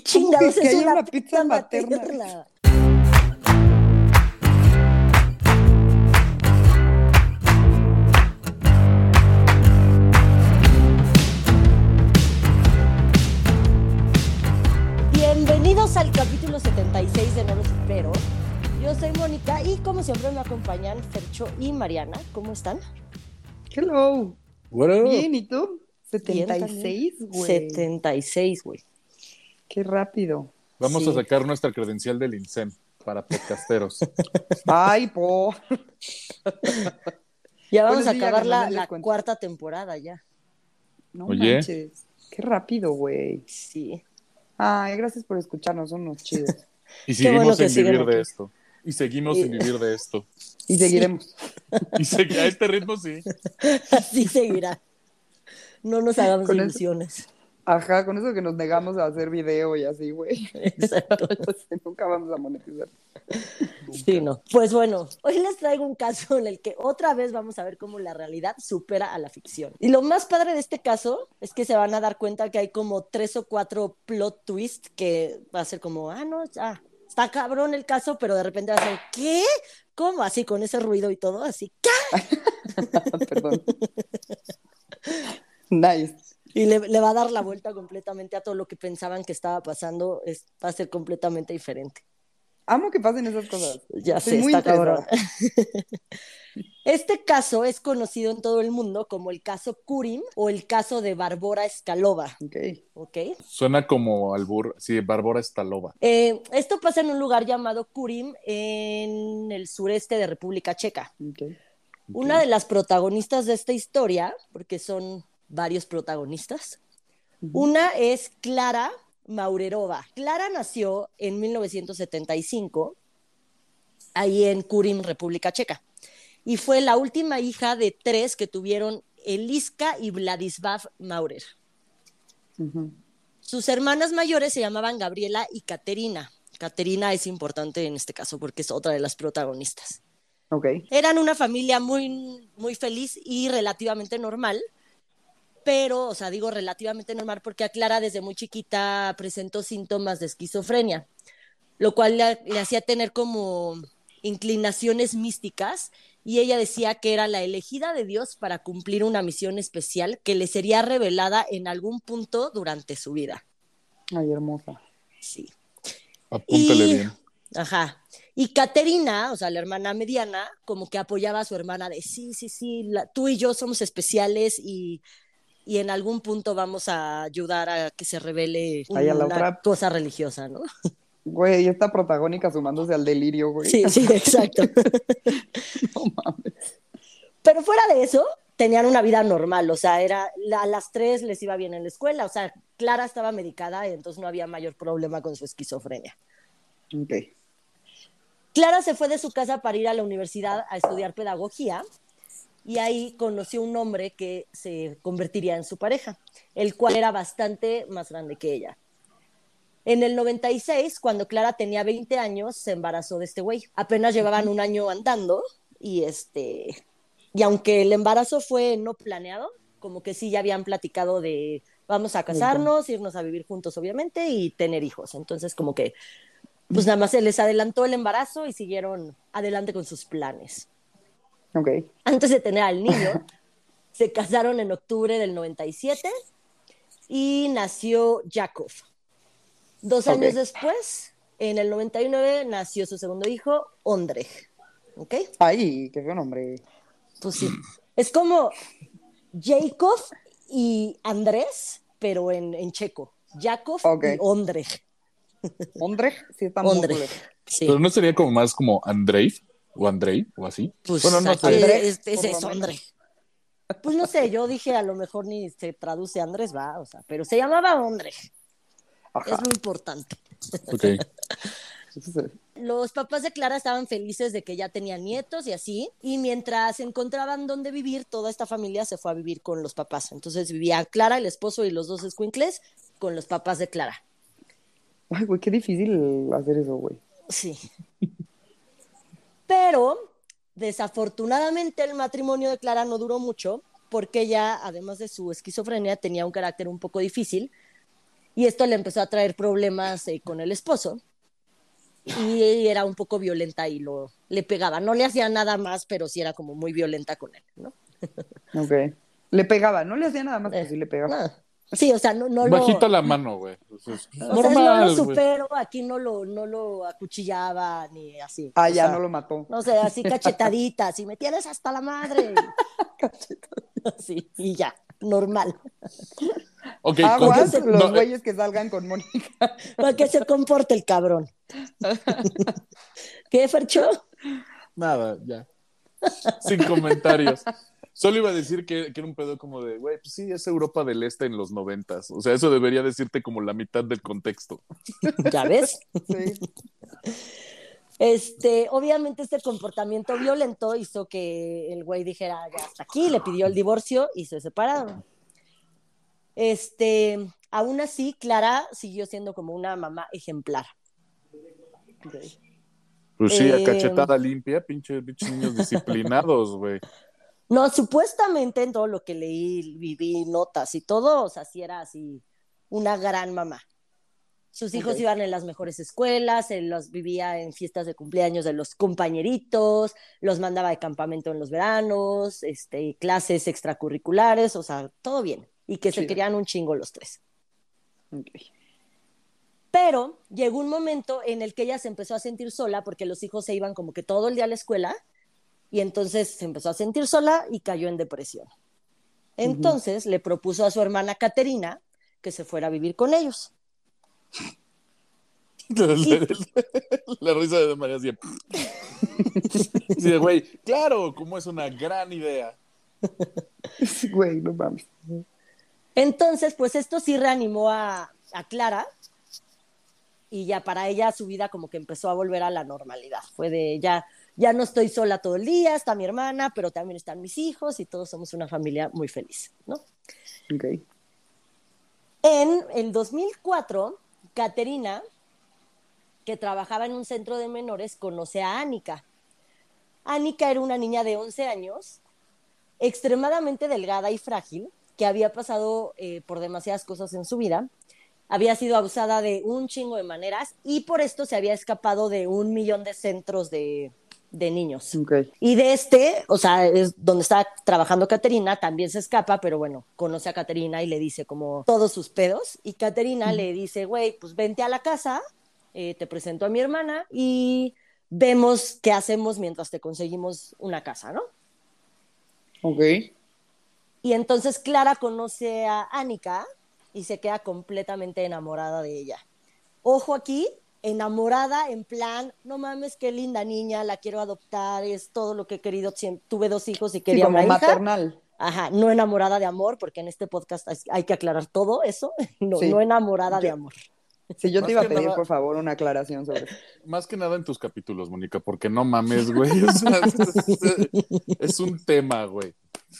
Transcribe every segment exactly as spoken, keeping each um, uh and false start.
chingados que, que es haya una, una pizza pizza materna? materna? Bienvenidos al capítulo setenta y seis de No Lo Supero. Yo soy Mónica y como siempre me acompañan Fercho y Mariana. ¿Cómo están? Hello. Bueno, Bien, ¿y tú? Bien, setenta y también. seis, güey. setenta y seis, güey. Qué rápido. vamos Sí. a sacar nuestra credencial del INSEM para podcasteros. Ay, po. Ya vamos Bueno, a sí, ya acabar que nos la, den la descuento. cuarta temporada ya. No Oye. manches. Qué rápido, güey. Sí. Ay, gracias por escucharnos, son unos chidos. Y Qué bueno seguimos que sin siguen vivir de aquí. esto. Y seguimos Y- sin vivir de esto. Y Sí. seguiremos. Y se- a este ritmo sí. Así seguirá. No nos hagamos Con eso. ilusiones. Ajá, con eso que nos negamos a hacer video y así, güey. Exacto. Nunca vamos a monetizar. Sí, no. Pues bueno, hoy les traigo un caso en el que otra vez vamos a ver cómo la realidad supera a la ficción. Y lo más padre de este caso es que se van a dar cuenta que hay como tres o cuatro plot twists que va a ser como, ah, no, ah, está cabrón el caso, pero de repente va a ser, ¿qué? ¿Cómo? Así con ese ruido y todo, así, ¿qué? Perdón. Nice. Y le, le va a dar la vuelta completamente a todo lo que pensaban que estaba pasando, es, va a ser completamente diferente. Amo que pasen esas cosas. Ya Estoy sé, muy está cabrón. interesada. Este caso es conocido en todo el mundo como el caso Curim o el caso de Barbora Escalova. Ok. ¿Ok? Suena como albur. Sí, Bárbara Estalova. Eh, esto pasa en un lugar llamado Curim en el sureste de República Checa. Ok. Una de las protagonistas de esta historia, porque son varios protagonistas, una es Klara Maurerova. Klara nació en mil novecientos setenta y cinco, ahí en Kurim, República Checa, y fue la última hija de tres que tuvieron Eliska y Vladislav Maurer. Ujú. Sus hermanas mayores se llamaban Gabriela y Caterina. Caterina es importante en este caso porque es otra de las protagonistas. Ok. Eran una familia muy, muy feliz y relativamente normal, pero, o sea, digo relativamente normal porque a Clara desde muy chiquita presentó síntomas de esquizofrenia, lo cual le, le hacía tener como inclinaciones místicas, y ella decía que era la elegida de Dios para cumplir una misión especial que le sería revelada en algún punto durante su vida. Ay, hermosa. Sí. Apúntale Y, bien. ajá. Y Caterina, o sea, la hermana mediana, como que apoyaba a su hermana de sí, sí, sí, la, tú y yo somos especiales y, y en algún punto vamos a ayudar a que se revele Ahí a la una otra. cosa religiosa, ¿no? Güey, esta protagónica sumándose al delirio, güey. Sí, sí, exacto. No mames. Pero fuera de eso, tenían una vida normal, o sea, era, a las tres les iba bien en la escuela, o sea, Clara estaba medicada y entonces no había mayor problema con su esquizofrenia. Ok. Clara se fue de su casa para ir a la universidad a estudiar pedagogía y ahí conoció un hombre que se convertiría en su pareja, el cual era bastante más grande que ella. En el noventa y seis, cuando Clara tenía veinte años, se embarazó de este güey. Apenas llevaban un año andando y este... Y aunque el embarazo fue no planeado, como que sí ya habían platicado de vamos a casarnos, irnos a vivir juntos obviamente y tener hijos. Entonces como que pues nada más se les adelantó el embarazo y siguieron adelante con sus planes. Ok. Antes de tener al niño, se casaron en octubre del noventa y siete y nació Jakov. Dos años Ok. después, en el noventa y nueve, nació su segundo hijo, Ondrej. ¿Ok? Ay, qué feo nombre. Pues sí. Es como Jacob y Andrés, pero en, en checo. Jakov Ok. y Ondrej. Ondrej, sí está muy Ondrej. cool. Sí. Pero no sería como más como Andrei o Andrei o así. Pues Bueno, no aquí sé. Andrés, es, es, por es lo Ondrej. menos. Pues no sé, yo dije a lo mejor ni se traduce Andrés, va, o sea, pero se llamaba Ondrej. Ajá. Es lo importante. Ok. Eso se- Los papás de Clara estaban felices de que ya tenían nietos y así, y mientras encontraban dónde vivir, toda esta familia se fue a vivir con los papás. Entonces vivía Clara, el esposo y los dos escuincles con los papás de Clara. Ay, güey, qué difícil hacer eso, güey. Sí. Pero desafortunadamente el matrimonio de Clara no duró mucho porque ella, además de su esquizofrenia, tenía un carácter un poco difícil Y esto le empezó a traer problemas eh, con el esposo. Y era un poco violenta y lo, le pegaba. No le hacía nada más, pero sí era como muy violenta con él, ¿no? Ok. Le pegaba, no le hacía nada más, pues Eh, sí le pegaba. no. Sí, o sea, no, no lo... Bajita la mano, güey. Eso es O sea, es no lo normal, güey. supero, aquí no lo, no lo acuchillaba ni así. Ah, O ya no sea, lo mató. no sé, así cachetaditas y me tienes hasta la madre. Así, y ya, normal. Ok, Para que Aguas se, con... los no, eh, güeyes que salgan con Mónica. para que se comporte el cabrón. ¿Qué, Fercho? nada, ya. Sin comentarios. Solo iba a decir que, que era un pedo como de, güey, pues sí, es Europa del Este en los noventas. O sea, eso debería decirte como la mitad del contexto. ¿Ya ves? Sí. Este, obviamente este comportamiento violento hizo que el güey dijera, ya hasta aquí, le pidió el divorcio y se separaron. Este, aún así, Clara siguió siendo como una mamá ejemplar. Okay. Pues sí, a Eh, cachetada limpia, pinche, pinches niños disciplinados, güey. no, supuestamente en todo lo que leí, viví notas y todo, o sea, sí era así una gran mamá. Sus hijos Okay. iban en las mejores escuelas, él los vivía en fiestas de cumpleaños de los compañeritos, los mandaba de campamento en los veranos, este, clases extracurriculares, o sea, todo bien. Y que se Chido. querían un chingo los tres. Okay. Pero llegó un momento en el que ella se empezó a sentir sola porque los hijos se iban como que todo el día a la escuela y entonces se empezó a sentir sola y cayó en depresión. Entonces uh-huh. le propuso a su hermana Caterina que se fuera a vivir con ellos. Y... la risa de María siempre. Sí, güey, claro, como es una gran idea. Güey, no mames. Entonces, pues esto sí reanimó a, a Clara y ya para ella su vida como que empezó a volver a la normalidad. Fue de ya, ya no estoy sola todo el día, está mi hermana, pero también están mis hijos y todos somos una familia muy feliz, ¿no? Ok. En el dos mil cuatro, Caterina, que trabajaba en un centro de menores, conoce a Annika. Annika era una niña de once años, extremadamente delgada y frágil, que había pasado eh, por demasiadas cosas en su vida, había sido abusada de un chingo de maneras y por esto se había escapado de un millón de centros de, de niños. Okay. Y de este, o sea, es donde está trabajando Caterina, también se escapa, pero bueno, conoce a Caterina y le dice como todos sus pedos. Y Caterina uh-huh. le dice, güey, pues vente a la casa, eh, te presento a mi hermana y vemos qué hacemos mientras te conseguimos una casa, ¿no? Ok. Y entonces Clara conoce a Annika y se queda completamente enamorada de ella. Ojo aquí, enamorada en plan, no mames, qué linda niña, la quiero adoptar, es todo lo que he querido, tuve dos hijos y quería sí, como una maternal. Hija. Ajá, no enamorada de amor, porque en este podcast hay que aclarar todo eso, no, sí. no enamorada yo, de amor. Sí, yo te iba a pedir, nada, por favor, una aclaración sobre eso. Más que nada en tus capítulos, Mónica, porque no mames, güey. O sea, es, es, es un tema, güey.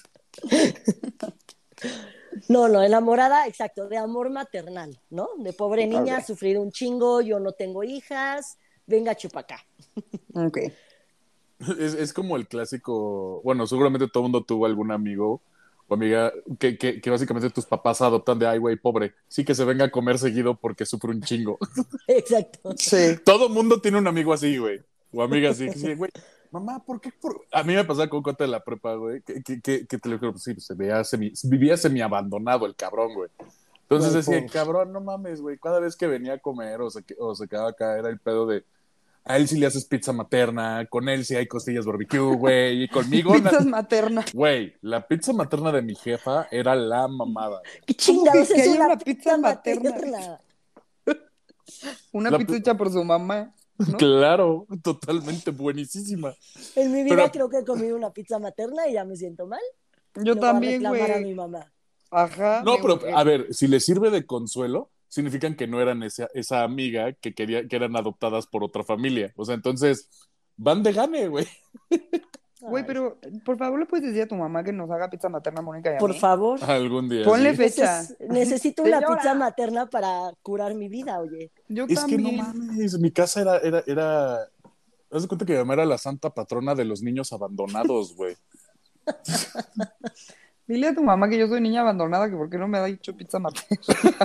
No, no, enamorada, exacto, de amor maternal, ¿no? De pobre niña, okay. Sufrir un chingo, yo no tengo hijas, venga, chupacá. Ok. Es, es como el clásico, bueno, seguramente todo el mundo tuvo algún amigo o amiga que, que, que básicamente tus papás adoptan de, ay, güey, pobre, sí que se venga a comer seguido porque sufre un chingo. Exacto. Sí. Todo el mundo tiene un amigo así, güey, o amiga así, que sí, güey. Mamá, ¿por qué? Por... A mí me pasaba con Cota de la prepa, güey, que, que, que, que te lo digo, pues sí, se veía semi, vivía semi-abandonado el cabrón, güey. Entonces güey, decía, por... cabrón, no mames, güey, cada vez que venía a comer o se, o se quedaba acá era el pedo de, a él sí le haces pizza materna, con él sí hay costillas barbecue, güey, y conmigo... Pizzas na... maternas. Güey, la pizza materna de mi jefa era la mamada. ¿Qué chingados que es una, una pizza, pizza materna? materna? Una la... pizza hecha por su mamá. ¿No? Claro, totalmente buenísima. En mi vida Pero... creo que he comido una pizza materna y ya me siento mal. Yo no también, voy a reclamar güey. a mi mamá. Ajá. No, pero mujer. A ver, si le sirve de consuelo, significan que no eran esa, esa amiga que quería, que eran adoptadas por otra familia. O sea, entonces, van de gane, güey. Güey, pero por favor le puedes decir a tu mamá que nos haga pizza materna, Mónica, y a Por mí? favor. Algún día. Ponle ¿sí? fecha. Neces necesito una pizza materna para curar mi vida, oye. Yo es también. que no mames, mi casa era, era, era... Haz de cuenta que mi mamá era la santa patrona de los niños abandonados, güey. Dile a tu mamá que yo soy niña abandonada, que por qué no me ha dicho pizza materna.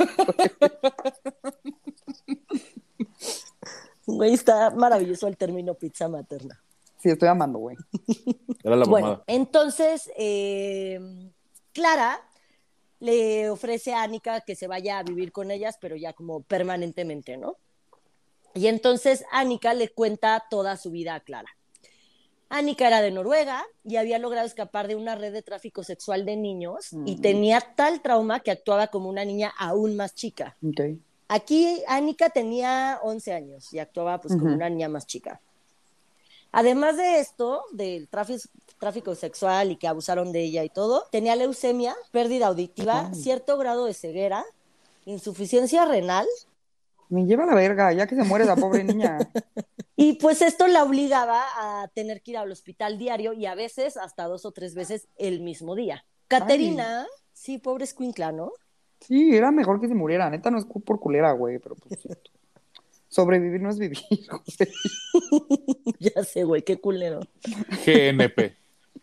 Güey, está maravilloso el término pizza materna. Sí, estoy amando, güey. Era la Bueno, mamada. entonces, eh, Clara le ofrece a Annika que se vaya a vivir con ellas, pero ya como permanentemente, ¿no? Y entonces Annika le cuenta toda su vida a Clara. Annika era de Noruega y había logrado escapar de una red de tráfico sexual de niños mm. y tenía tal trauma que actuaba como una niña aún más chica. Okay. Aquí Annika tenía once años y actuaba pues uh-huh. como una niña más chica. Además de esto, del tráfico, tráfico sexual y que abusaron de ella y todo, tenía leucemia, pérdida auditiva, oh. cierto grado de ceguera, insuficiencia renal. Me lleva a la verga, ya que se muere la pobre niña. Y pues esto la obligaba a tener que ir al hospital diario y a veces hasta dos o tres veces el mismo día. Caterina, Ay. sí, pobre escuincla, ¿no? Sí, era mejor que se muriera, neta no es por culera, güey, pero pues cierto. Sobrevivir no es vivir, güey. Ya sé, güey, qué culero. G N P.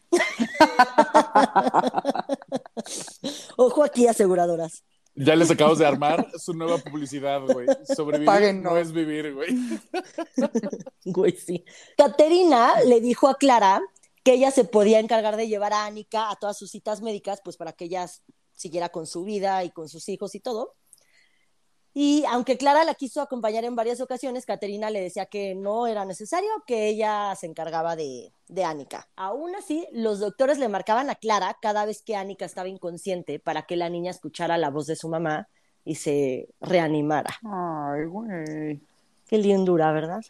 Ojo aquí, aseguradoras. Ya les acabamos de armar su nueva publicidad, güey. Sobrevivir Paguen, no. no es vivir, güey. Güey, sí. Caterina le dijo a Clara que ella se podía encargar de llevar a Annika a todas sus citas médicas, pues para que ella siguiera con su vida y con sus hijos y todo. Y aunque Clara la quiso acompañar en varias ocasiones, Caterina le decía que no era necesario, que ella se encargaba de, de Annika. Aún así, los doctores le marcaban a Clara cada vez que Annika estaba inconsciente para que la niña escuchara la voz de su mamá y se reanimara. Ay, güey. Qué lindura, ¿verdad?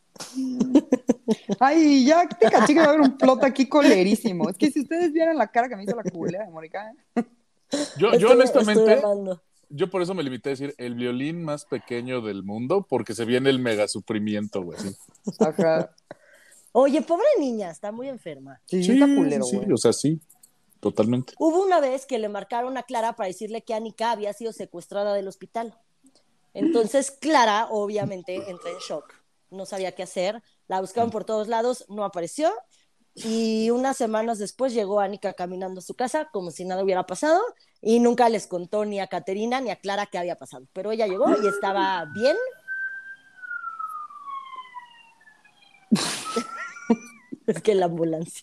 Ay, ya te caché que va a haber un plot aquí colerísimo. Es que si ustedes vieran la cara que me hizo la culera de Mónica. Yo, yo honestamente... Yo por eso me limité a decir el violín más pequeño del mundo, porque se viene el mega sufrimiento, güey. ¿Sí? Ajá. Oye, pobre niña, está muy enferma. Sí, sí está culero, sí, güey. O sea, sí, totalmente. Hubo una vez que le marcaron a Clara para decirle que Annika había sido secuestrada del hospital. Entonces Clara, obviamente, entra en shock. No sabía qué hacer. La buscaron por todos lados, no apareció. Y unas semanas después llegó Annika caminando a su casa como si nada hubiera pasado y nunca les contó ni a Caterina ni a Clara qué había pasado. Pero ella llegó y estaba bien. Es que la ambulancia.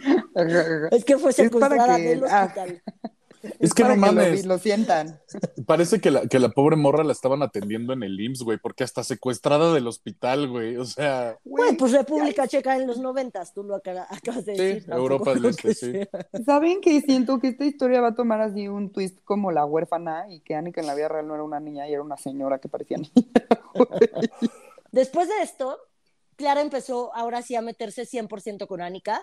Es que fue secuestrada del hospital. Ah. Es que no mames. Lo, lo sientan. Parece que la, que la pobre morra la estaban atendiendo en el I M S S, güey, porque hasta secuestrada del hospital, güey. O sea. Güey, pues República Checa en los noventas, tú lo acabas de sí, decir. Sí, Europa del Este, sí. ¿Saben qué? Siento que esta historia va a tomar así un twist como La Huérfana y que Annika en la vida real no era una niña y era una señora que parecía niña. Después de esto, Clara empezó ahora sí a meterse cien por ciento con Annika.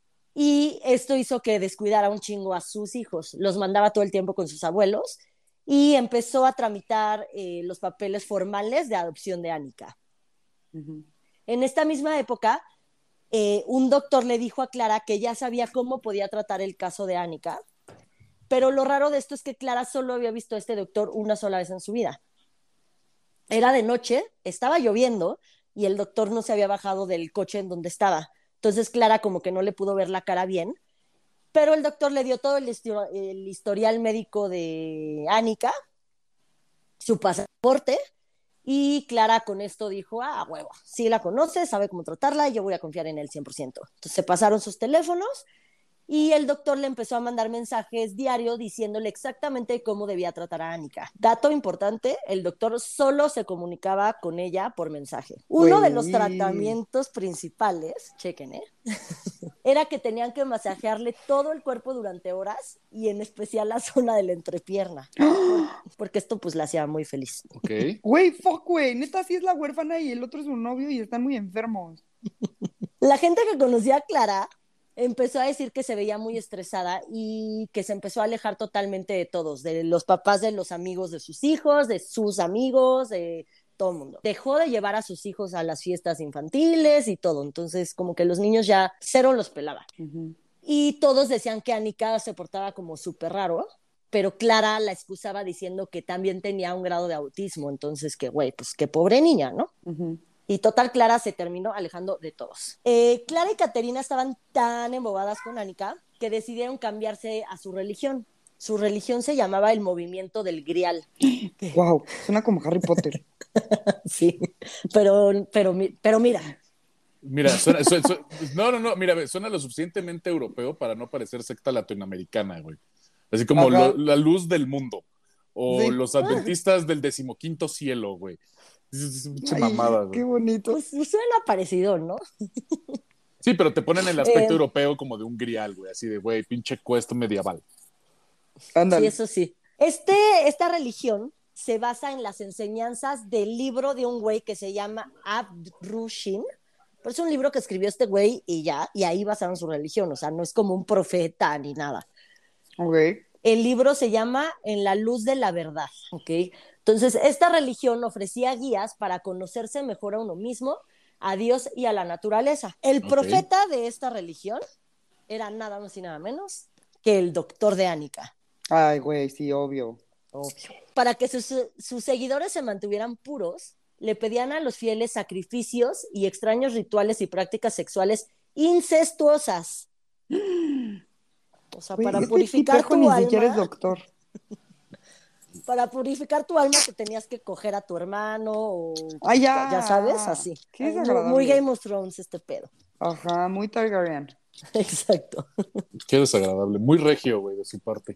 Y esto hizo que descuidara un chingo a sus hijos. Los mandaba todo el tiempo con sus abuelos y empezó a tramitar eh, los papeles formales de adopción de Annika. Uh-huh. En esta misma época, eh, un doctor le dijo a Clara que ya sabía cómo podía tratar el caso de Annika, pero lo raro de esto es que Clara solo había visto a este doctor una sola vez en su vida. Era de noche, estaba lloviendo y el doctor no se había bajado del coche en donde estaba. Entonces Clara como que no le pudo ver la cara bien, pero el doctor le dio todo el, histori- el historial médico de Annika, su pasaporte, y Clara con esto dijo, ah, huevo, sí la conoce, sabe cómo tratarla, yo voy a confiar en él cien por ciento. Entonces se pasaron sus teléfonos y el doctor le empezó a mandar mensajes diarios diciéndole exactamente cómo debía tratar a Annika. Dato importante, el doctor solo se comunicaba con ella por mensaje. Uno Uy. de los tratamientos principales, chequen, ¿eh? era que tenían que masajearle todo el cuerpo durante horas y en especial la zona de la entrepierna. Porque esto pues la hacía muy feliz. Ok. Güey, fuck, güey, neta sí es la huérfana y el otro es su novio y están muy enfermos. La gente que conocía a Clara empezó a decir que se veía muy estresada y que se empezó a alejar totalmente de todos, de los papás, de los amigos de sus hijos, de sus amigos, de todo el mundo. Dejó de llevar a sus hijos a las fiestas infantiles y todo, entonces como que los niños ya cero los pelaban. Uh-huh. Y todos decían que Annika se portaba como súper raro, pero Clara la excusaba diciendo que también tenía un grado de autismo, entonces que güey, pues qué pobre niña, ¿no? Uh-huh. Y total, Clara se terminó alejando de todos. Eh, Clara y Caterina estaban tan embobadas con Annika que decidieron cambiarse a su religión. Su religión se llamaba el Movimiento del Grial. Wow, suena como Harry Potter. Sí, pero, pero, pero mira. Mira, suena, suena, suena, no, no, no, mira, ve, suena lo suficientemente europeo para no parecer secta latinoamericana, güey. Así como lo, la luz del mundo. O sí. Los adventistas del decimoquinto cielo, güey. Es mucha mamada, güey. Qué bonito. Pues suena parecido, ¿no? Sí, pero te ponen el aspecto Eh, europeo como de un grial, güey. Así de, güey, pinche cuesta medieval. Ándale. Sí, eso sí. Este, esta religión se basa en las enseñanzas del libro de un güey que se llama Abd-Rushin. Pero es un libro que escribió este güey y ya, y ahí basaron su religión. O sea, no es como un profeta ni nada. Ok. El libro se llama En la luz de la verdad, ¿ok? Entonces, esta religión ofrecía guías para conocerse mejor a uno mismo, a Dios y a la naturaleza. El okay. profeta de esta religión era nada más y nada menos que el doctor de Ánica. Ay, güey, sí, obvio. Obvio. Para que sus, sus seguidores se mantuvieran puros, le pedían a los fieles sacrificios y extraños rituales y prácticas sexuales incestuosas. O sea, Wey, para este purificar tu ni alma. Siquiera es doctor. Para purificar tu alma te tenías que coger a tu hermano o Ay, ya. ya sabes, así. Qué Ay, muy, desagradable. muy Game of Thrones este pedo. Ajá, muy Targaryen. Exacto. Qué desagradable, muy regio, güey, de su parte.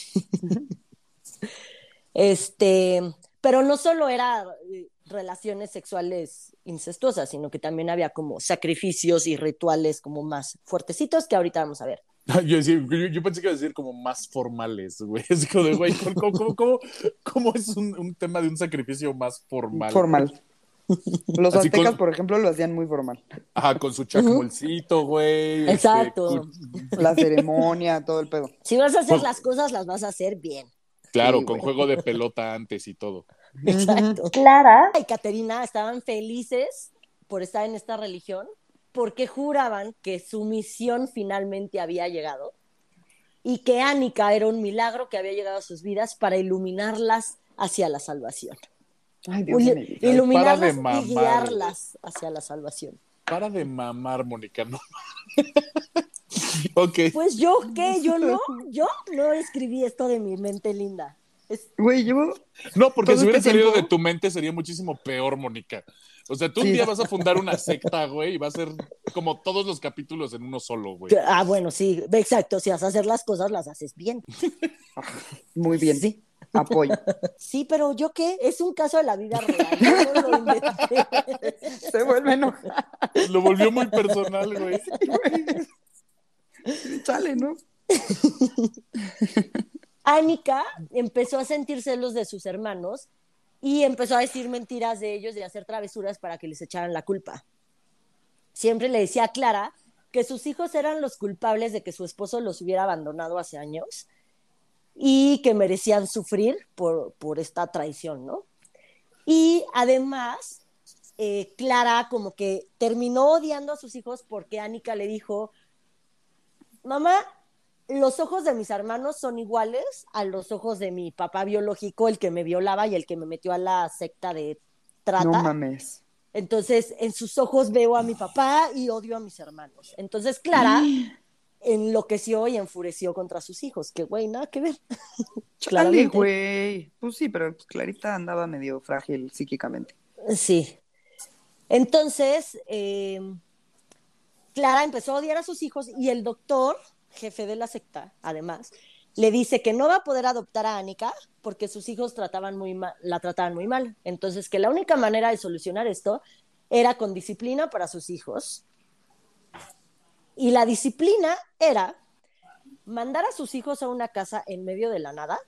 Este, pero no solo era relaciones sexuales incestuosas, sino que también había como sacrificios y rituales como más fuertecitos que ahorita vamos a ver. Yo, yo, yo pensé que iba a decir como más formales, güey. Es como de, güey, ¿cómo, cómo, cómo, cómo es un, un tema de un sacrificio más formal? Formal. Los Así aztecas, con, por ejemplo, lo hacían muy formal. Ajá, con su chacmolcito, güey. Uh-huh. Exacto. Este, la ceremonia, todo el pedo. Si vas a hacer las cosas, las vas a hacer bien. Claro, Sí, con güey. juego de pelota antes y todo. Exacto. Uh-huh. Clara y Caterina estaban felices por estar en esta religión porque juraban que su misión finalmente había llegado y que Ánica era un milagro que había llegado a sus vidas para iluminarlas hacia la salvación. Ay, Dios Ul- mío. iluminarlas mamar, y guiarlas hacia la salvación. Para de mamar, Mónica, no. Ok. Pues yo, ¿qué? Yo no, yo no escribí esto de mi mente linda. Es... Güey, yo... No, porque todo si hubiera este salido tiempo... de tu mente sería muchísimo peor, Mónica. O sea, tú Sí. un día vas a fundar una secta, güey, y va a ser como todos los capítulos en uno solo, güey. Ah, bueno, sí, exacto. Si vas a hacer las cosas, las haces bien. Muy bien. Sí. Apoyo. Sí, pero ¿yo qué? Es un caso de la vida real. Yo no lo inventé. Se vuelve a enojar. Lo volvió muy personal, güey. Chale, ¿no? Ánica empezó a sentir celos de sus hermanos y empezó a decir mentiras de ellos y a hacer travesuras para que les echaran la culpa. Siempre le decía a Clara que sus hijos eran los culpables de que su esposo los hubiera abandonado hace años y que merecían sufrir por, por esta traición, ¿no? Y además, eh, Clara como que terminó odiando a sus hijos porque Ánica le dijo, mamá, los ojos de mis hermanos son iguales a los ojos de mi papá biológico, el que me violaba y el que me metió a la secta de trata. No mames. Entonces, en sus ojos veo a mi papá y odio a mis hermanos. Entonces, Clara enloqueció y enfureció contra sus hijos. Que güey, nada que ver. Chale, güey. Pues sí, pero Clarita andaba medio frágil psíquicamente. Sí. Entonces, eh, Clara empezó a odiar a sus hijos y el doctor, jefe de la secta, además, le dice que no va a poder adoptar a Ánica porque sus hijos trataban muy mal, la trataban muy mal. Entonces, que la única manera de solucionar esto era con disciplina para sus hijos. Y la disciplina era mandar a sus hijos a una casa en medio de la nada,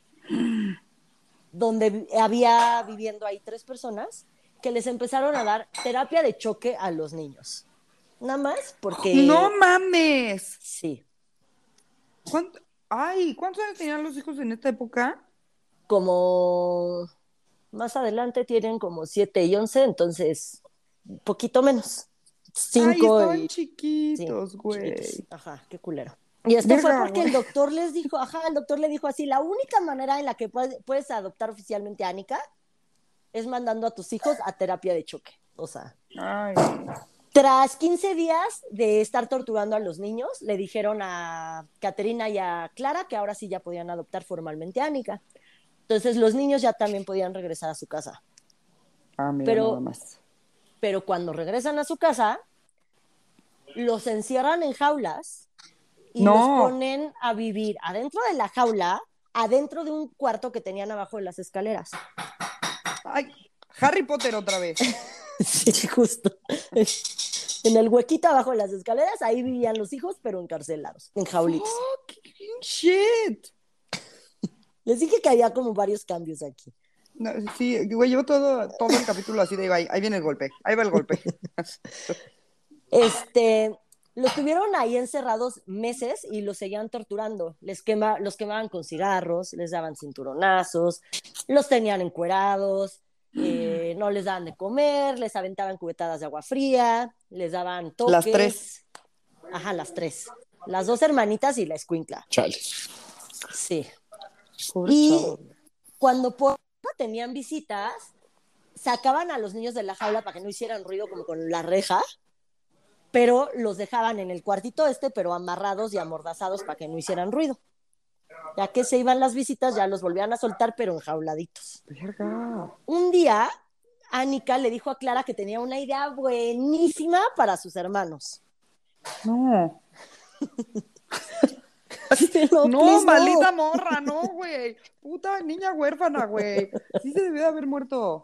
donde había viviendo ahí tres personas, que les empezaron a dar terapia de choque a los niños. Nada más porque... ¡No mames! Sí. ¿Cuánto? Ay, ¿cuántos años tenían los hijos en esta época? Como más adelante tienen como siete y once, entonces un poquito menos. Cinco. Ay, estaban y... chiquitos, sí, güey. chiquitos. Ajá, qué culero. Y esto Verga, fue porque güey. el doctor les dijo, ajá, el doctor le dijo así, la única manera en la que puedes, puedes adoptar oficialmente a Ánica es mandando a tus hijos a terapia de choque. O sea, Ay. Tras quince días de estar torturando a los niños, le dijeron a Caterina y a Clara que ahora sí ya podían adoptar formalmente a Annika. Entonces los niños ya también podían regresar a su casa. Ah, mira, Pero, nada más. pero cuando regresan a su casa, los encierran en jaulas y No. los ponen a vivir adentro de la jaula, adentro de un cuarto que tenían abajo de las escaleras. Ay, Harry Potter otra vez. Sí, justo. En el huequito abajo de las escaleras, ahí vivían los hijos, pero encarcelados, en jaulitas. Fucking shit. Les dije que había como varios cambios aquí. No, sí, güey, llevo todo, todo el capítulo así de ahí, ahí viene el golpe, ahí va el golpe. Este, los tuvieron ahí encerrados meses y los seguían torturando. Les quema, los quemaban con cigarros, les daban cinturonazos, los tenían encuerados, eh, no les daban de comer, les aventaban cubetadas de agua fría, les daban toques. Las tres. Ajá, las tres. Las dos hermanitas y la escuincla. Chale. Sí. Pobre Y chavo. cuando por tenían visitas, sacaban a los niños de la jaula para que no hicieran ruido como con la reja, pero los dejaban en el cuartito este, pero amarrados y amordazados para que no hicieran ruido. Ya que se iban las visitas, ya los volvían a soltar, pero enjauladitos. Verga. Un día, Annika le dijo a Clara que tenía una idea buenísima para sus hermanos. No. Pero, No, please, maldita morra, no, güey. Puta niña huérfana, güey. Sí se debió de haber muerto.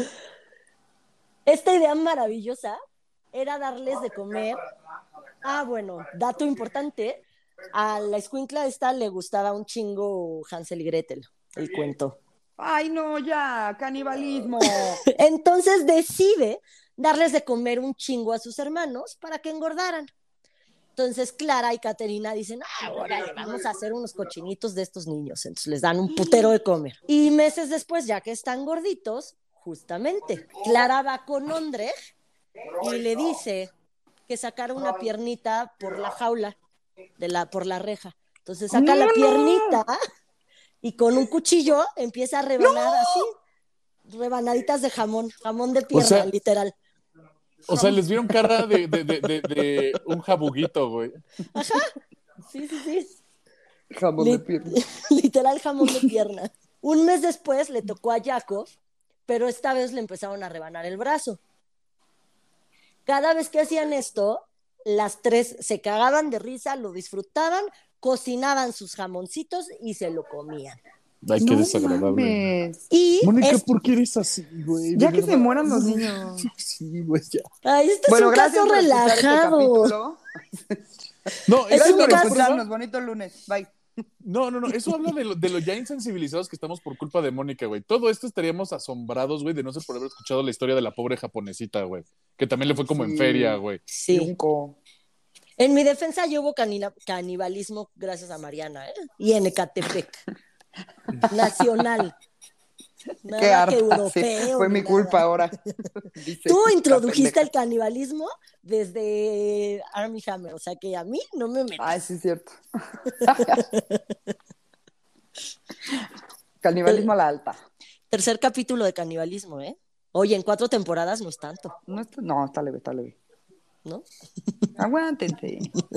Esta idea maravillosa era darles de comer. Ah, bueno, dato importante, a la escuincla esta le gustaba un chingo Hansel y Gretel, el cuento. Ay, no, ya, canibalismo. Entonces decide darles de comer un chingo a sus hermanos para que engordaran. Entonces Clara y Caterina dicen, ah, órale, vamos a hacer unos cochinitos de estos niños. Entonces les dan un putero de comer. Y meses después, ya que están gorditos, justamente, Clara va con Ondrej y le dice que sacara una piernita por la jaula, de la, por la reja. Entonces saca No, la no. piernita y con un cuchillo empieza a rebanar así, rebanaditas de jamón, jamón de pierna, sea, literal. O sea, les vieron cara de, de, de, de, de un jabuguito, güey. Ajá, sí, sí, sí. Jamón de pierna. Literal jamón de pierna. Un mes después le tocó a Jacob, pero esta vez le empezaron a rebanar el brazo. Cada vez que hacían esto, las tres se cagaban de risa, lo disfrutaban, cocinaban sus jamoncitos y se lo comían. Ay, qué No desagradable. mames. Y Mónica, es... ¿por qué eres así, güey? Ya De que se verdad. mueran los niños. Sí, güey, ya. Ay, este Bueno, es un gracias caso por escuchar este relajado. capítulo. No, Es eso Gracias un por caso- escucharnos. Bonito lunes. Bye. No, no, no, eso habla de lo, de lo ya insensibilizados que estamos por culpa de Mónica, güey. Todo esto estaríamos asombrados, güey, de no ser por haber escuchado la historia de la pobre japonesita, güey. Que también le fue como en Sí. feria, güey. Sí. Yunco. En mi defensa yo hubo canina- canibalismo gracias a Mariana, ¿eh? Y en Ecatepec. Nacional. Nada Qué que harta. Sí, europeo. fue ni mi nada. culpa ahora. Dice Tú esta introdujiste pendeja. el canibalismo desde Armie Hammer, o sea que a mí no me metas. Ay, sí, es cierto. Canibalismo a la alta. Tercer capítulo de canibalismo, ¿eh? Oye, en cuatro temporadas no es tanto, No, está, no, está leve, está leve. ¿no? Aguántense.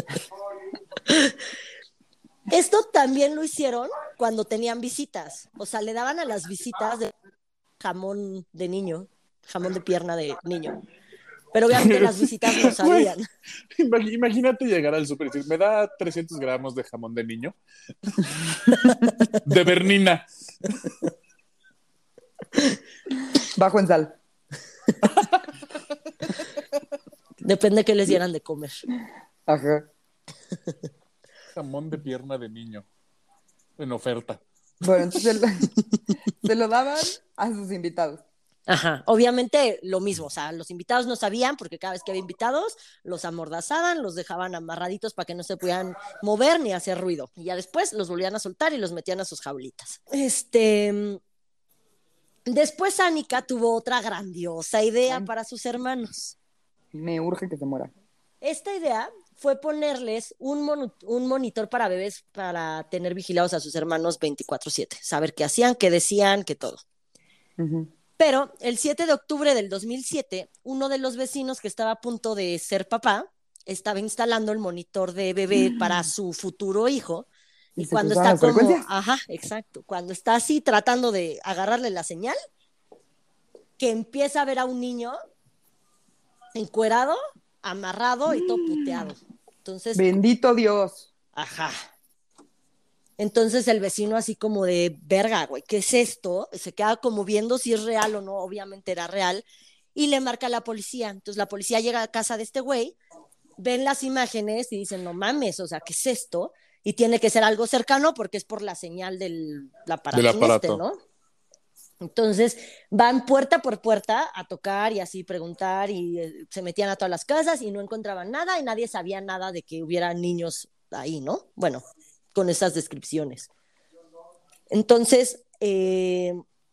Esto también lo hicieron cuando tenían visitas. O sea, le daban a las visitas de jamón de niño, jamón de pierna de niño. Pero obviamente las visitas no sabían. Imag- Imagínate llegar al súper y decir, ¿me da trescientos gramos de jamón de niño? De Bernina. Bajo en sal. Depende de qué les dieran de comer. Ajá. Jamón de pierna de niño. En oferta. Bueno, entonces se lo daban a sus invitados. Ajá, obviamente lo mismo, o sea, los invitados no sabían porque cada vez que había invitados los amordazaban, los dejaban amarraditos para que no se pudieran mover ni hacer ruido. Y ya después los volvían a soltar y los metían a sus jaulitas. Este... Después Annika tuvo otra grandiosa idea Ay. para sus hermanos. Me urge que se muera. Esta idea fue ponerles un, mon- un monitor para bebés para tener vigilados a sus hermanos veinticuatro siete, saber qué hacían, qué decían, qué todo. Ujú. Pero el siete de octubre del dos mil siete, uno de los vecinos que estaba a punto de ser papá estaba instalando el monitor de bebé para su futuro hijo. Y Y se cuando cruzaban está las como, frecuencias. ajá, exacto, cuando está así tratando de agarrarle la señal, que empieza a ver a un niño encuerado, amarrado y todo puteado. Entonces, Bendito Dios. ajá. Entonces el vecino así como de, verga, güey, ¿qué es esto? Se queda como viendo si es real o no, obviamente era real, y le marca a la policía. Entonces la policía llega a casa de este güey, ven las imágenes y dicen, no mames, o sea, ¿qué es esto? Y tiene que ser algo cercano porque es por la señal del Del aparatín este, aparato. ¿no? Entonces van puerta por puerta a tocar y así preguntar y eh, se metían a todas las casas y no encontraban nada y nadie sabía nada de que hubiera niños ahí, ¿no? Bueno, con esas descripciones. Entonces, eh,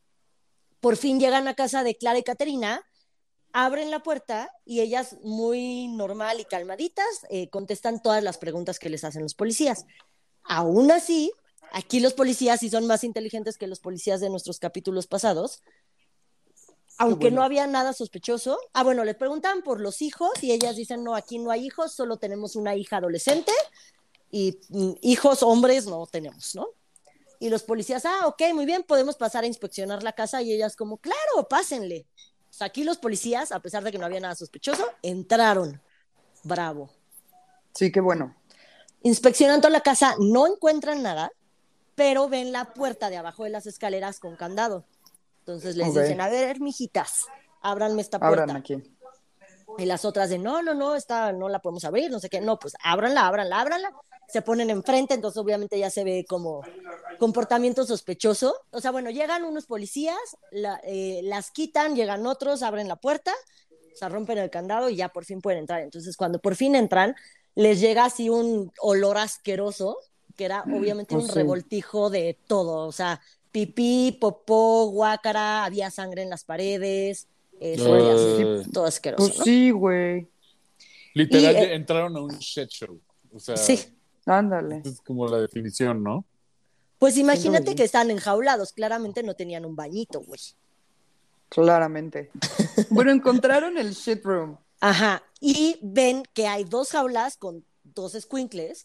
por fin llegan a casa de Clara y Caterina, abren la puerta y ellas muy normal y calmaditas eh, contestan todas las preguntas que les hacen los policías. Aún así, aquí los policías sí son más inteligentes que los policías de nuestros capítulos pasados, aunque bueno. no había nada sospechoso. Ah, bueno, le preguntan por los hijos y ellas dicen, no, aquí no hay hijos, solo tenemos una hija adolescente y mm, hijos hombres no tenemos, ¿no? Y los policías, ah, ok, muy bien, podemos pasar a inspeccionar la casa y ellas como, claro, pásenle. O sea, aquí los policías, a pesar de que no había nada sospechoso, entraron. Bravo. Sí, qué bueno. Inspeccionan toda la casa, no encuentran nada, pero ven la puerta de abajo de las escaleras con candado. Entonces les Ok. dicen, a ver, mijitas, ábranme esta Abran puerta. aquí. Y las otras de, no, no, no, esta no la podemos abrir, no sé qué. No, pues ábranla, ábranla, ábranla. Se ponen enfrente, entonces obviamente ya se ve como comportamiento sospechoso. O sea, bueno, llegan unos policías, la, eh, las quitan, llegan otros, abren la puerta, o sea, rompen el candado y ya por fin pueden entrar. Entonces, cuando por fin entran, les llega así un olor asqueroso, que era obviamente Pues un sí. revoltijo de todo. O sea, pipí, popó, guácara, había sangre en las paredes, eh, se veía así, Uh, todo asqueroso, Pues ¿no? sí, güey. literal, Y eh, entraron a un shit show. O sea, sí, Ándale. es como la definición, ¿no? pues Siento que imagínate que sí. están enjaulados, claramente no tenían un bañito, güey. Claramente. Bueno, encontraron el shit room. Ajá, y ven que hay dos jaulas con dos escuincles,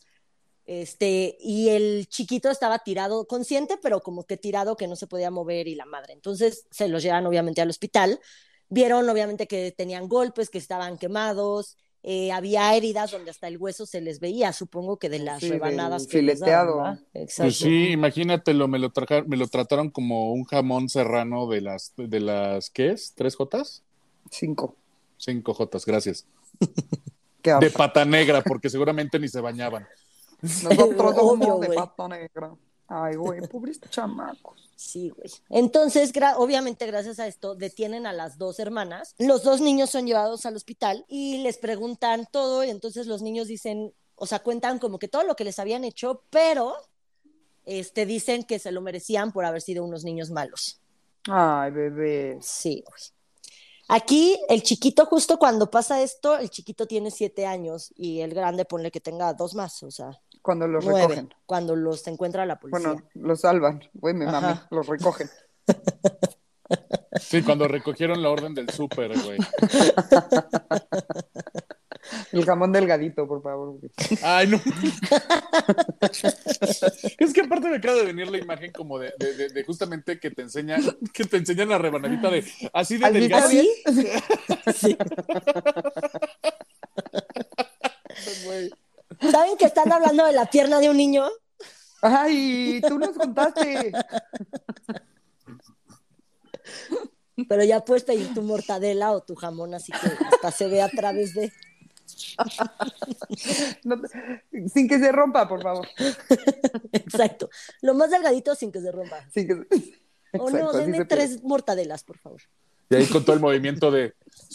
este, y el chiquito estaba tirado, consciente, pero como que tirado que no se podía mover y la madre. Entonces se los llevan obviamente al hospital. Vieron obviamente que tenían golpes, que estaban quemados, eh, había heridas donde hasta el hueso se les veía, supongo que de las Sí, del rebanadas que les daban, ¿va? fileteado. Pues Exacto. sí, imagínatelo, me lo, traja- me lo trataron como un jamón serrano de las, de las, ¿qué es? ¿Tres jotas? Cinco. Cinco jotas, gracias. Qué De asco. pata negra, porque seguramente ni se bañaban. Nosotros Obvio, somos de güey. pata negra. Ay, güey, pobres chamacos. Sí, güey. Entonces, gra- obviamente, gracias a esto, detienen a las dos hermanas. Los dos niños son llevados al hospital y les preguntan todo. Y entonces los niños dicen, o sea, cuentan como que todo lo que les habían hecho, pero este, dicen que se lo merecían por haber sido unos niños malos. Ay, bebés. Sí, güey. Aquí, el chiquito, justo cuando pasa esto, el chiquito tiene siete años y el grande, ponle que tenga dos más, o sea, Cuando los nueve, recogen. cuando los encuentra la policía. Bueno, los salvan. Güey, me Ajá. mami. Los recogen. Sí, cuando recogieron la orden del súper, güey. El jamón delgadito, por favor. Ay, no. Es que aparte me acaba de venir la imagen como de, de, de, de justamente que te enseñan, que te enseñan la rebanadita de así de ¿Así está delgada. bien? Sí. Güey. ¿Saben que están hablando de la pierna de un niño? Ay, tú nos contaste. Pero ya puedes pedir tu mortadela o tu jamón, así que hasta se ve a través de... No te- sin que se rompa, por favor. Exacto. Lo más delgadito sin que se rompa. Sin que se- O no, Exacto, así denme se puede. tres mortadelas, por favor. Y ahí con todo el movimiento de.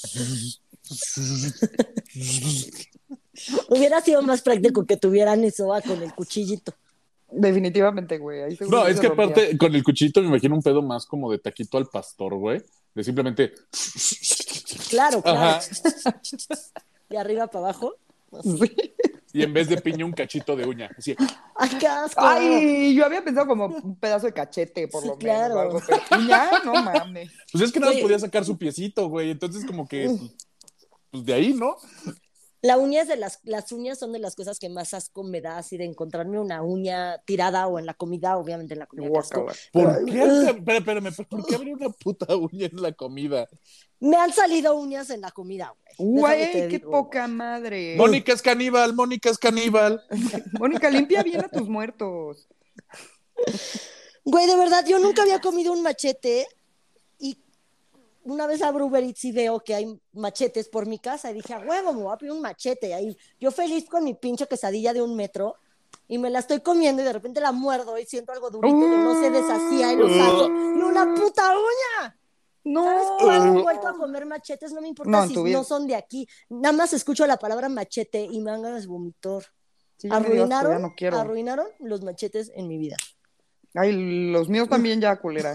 Hubiera sido más práctico que tuvieran eso ah, con el cuchillito. Definitivamente, güey. Ahí seguro No, sí es se que rompía. aparte con el cuchillito me imagino un pedo más como de taquito al pastor, güey. De simplemente. Claro, claro. Ajá. De arriba para abajo. Sí. y en vez de piña un cachito de uña. Así. ¡Ay, qué asco! Ay, yo había pensado como un pedazo de cachete, por Sí, lo claro. menos. O algo, pero uña, no mames. Pues es que nada más Güey. podía sacar su piecito, güey. Entonces, como que, pues, pues de ahí, ¿no? La uña es de las, las uñas son de las cosas que más asco me da, así de encontrarme una uña tirada o en la comida, obviamente en la comida. qué asco. Guácala. ¿Por Pero, qué? ugh, Espérame, espérame, ¿por qué habría una puta uña en la comida? me han salido uñas en la comida, güey. Déjame te Güey, qué digo. poca madre. Mónica es caníbal, Mónica es caníbal. Mónica, limpia bien a tus muertos. Güey, de verdad, yo nunca había comido un machete y una vez abro Uber Eats y veo que hay machetes por mi casa y dije, a huevo, me voy a pedir un machete. Ahí, yo feliz con mi pinche quesadilla de un metro y me la estoy comiendo y de repente la muerdo y siento algo durito que no se deshacía y lo saco y una puta uña. No. ¿Sabes cuándo he vuelto a comer machetes? No me importa No, en si tu vida. no son de aquí. Nada más escucho la palabra machete y me dan ganas de vomitar. Sí, ya me dio asco, arruinaron, ya no quiero. arruinaron los machetes en mi vida. Ay, los míos también ya, culera.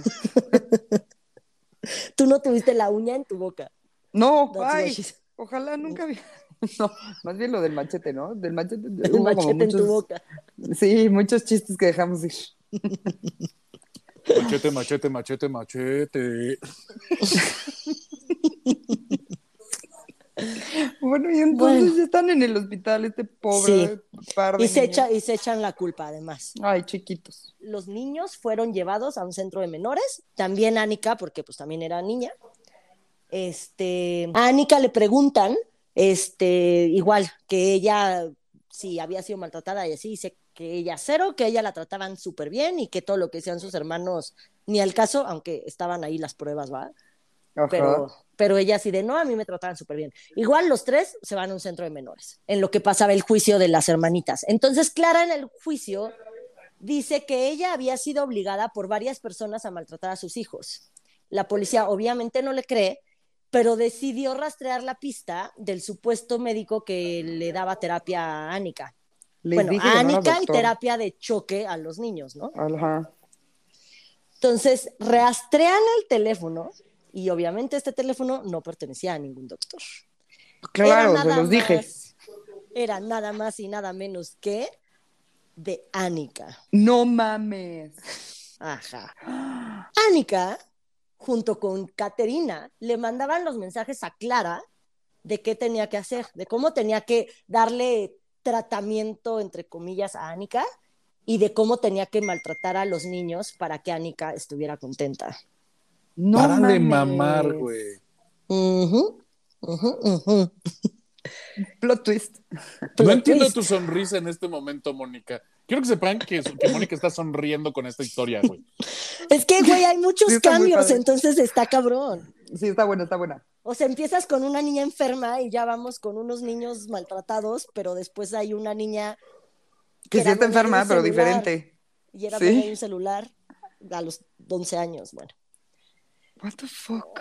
Tú no tuviste la uña en tu boca. No, That's ay, what she said. ojalá nunca vi. No, más bien lo del machete, ¿no? Del machete. El hubo como machete en tu muchos- boca. Sí, muchos chistes que dejamos ir. Machete, machete, machete, machete. Bueno, y entonces Bueno. ya están en el hospital, este pobre par de Y se, niños. echa, y se echan la culpa, además. Ay, chiquitos. Los niños fueron llevados a un centro de menores, también Anika, porque pues también era niña. Este, a Anika le preguntan, este, igual, que ella, si había sido maltratada y así, dice que ella cero, que ella la trataban súper bien y que todo lo que decían sus hermanos, ni al caso, aunque estaban ahí las pruebas, ¿va? Ajá. Pero, pero ella así de, no, a mí me trataban súper bien. Igual los tres se van a un centro de menores, en lo que pasaba el juicio de las hermanitas. Entonces, Clara en el juicio dice que ella había sido obligada por varias personas a maltratar a sus hijos. La policía obviamente no le cree, pero decidió rastrear la pista del supuesto médico que le daba terapia a Anika. Les Bueno, dije a que no era Anika y doctor. terapia de choque a los niños, ¿no? Ajá. Entonces, rastrean el teléfono y obviamente este teléfono no pertenecía a ningún doctor. Claro, Era se nada los dije. más- Era nada más y nada menos que de Anika. No mames. Ajá. Anika, junto con Caterina, le mandaban los mensajes a Clara de qué tenía que hacer, de cómo tenía que darle tratamiento, entre comillas, a Anika y de cómo tenía que maltratar a los niños para que Anika estuviera contenta. No Para de mames. mamar, güey. Ujú, ujú, ujú. Plot twist. No Plot entiendo twist. tu sonrisa en este momento, Mónica. Quiero que sepan que, que Mónica está sonriendo con esta historia, güey. Es que, güey, hay muchos Sí, está muy cambios, padre. entonces está cabrón. Sí, está buena, está buena. O sea, empiezas con una niña enferma y ya vamos con unos niños maltratados, pero después hay una niña Que sí era está dueña de enferma, un pero celular, diferente. y era Sí. dueña de un celular a los once años, bueno. What the fuck?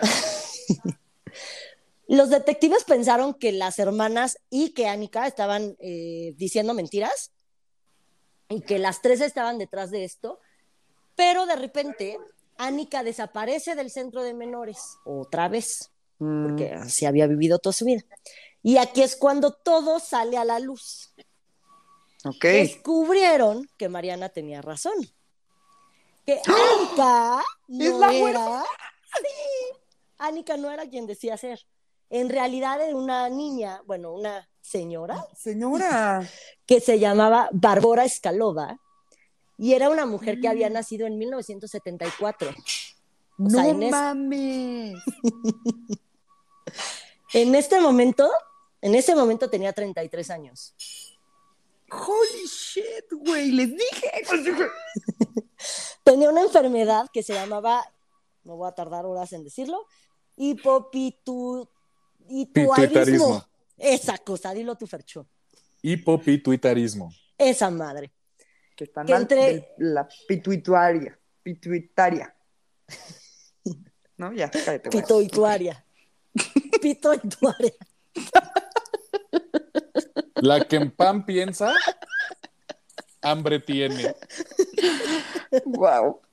Los detectives pensaron que las hermanas y que Anika estaban eh, diciendo mentiras y que las tres estaban detrás de esto, pero de repente Anika desaparece del centro de menores otra vez, Mm, porque así había vivido toda su vida. Y aquí es cuando todo sale a la luz. ok. Descubrieron que Mariana tenía razón. Que Anika no ¡Es la era... Sí, Anika no era quien decía ser. En realidad era una niña, bueno, una señora, Señora. que se llamaba Bárbara Escalova y era una mujer que había nacido en mil novecientos setenta y cuatro. O No sea, en, es- mames. en este momento, en ese momento tenía treinta y tres años. Holy shit, güey. Les dije. les dije. Tenía una enfermedad que se llamaba, me voy a tardar horas en decirlo, hipopituitarismo. Pituitarismo. Esa cosa, dilo tú, Fercho. Hipopituitarismo. Esa madre. Que está Que mal entre- de la pituitaria. Pituitaria. No, ya, cállate, güey. Pitoituaria. Pitoituaria. La que en pan piensa, hambre tiene. Wow.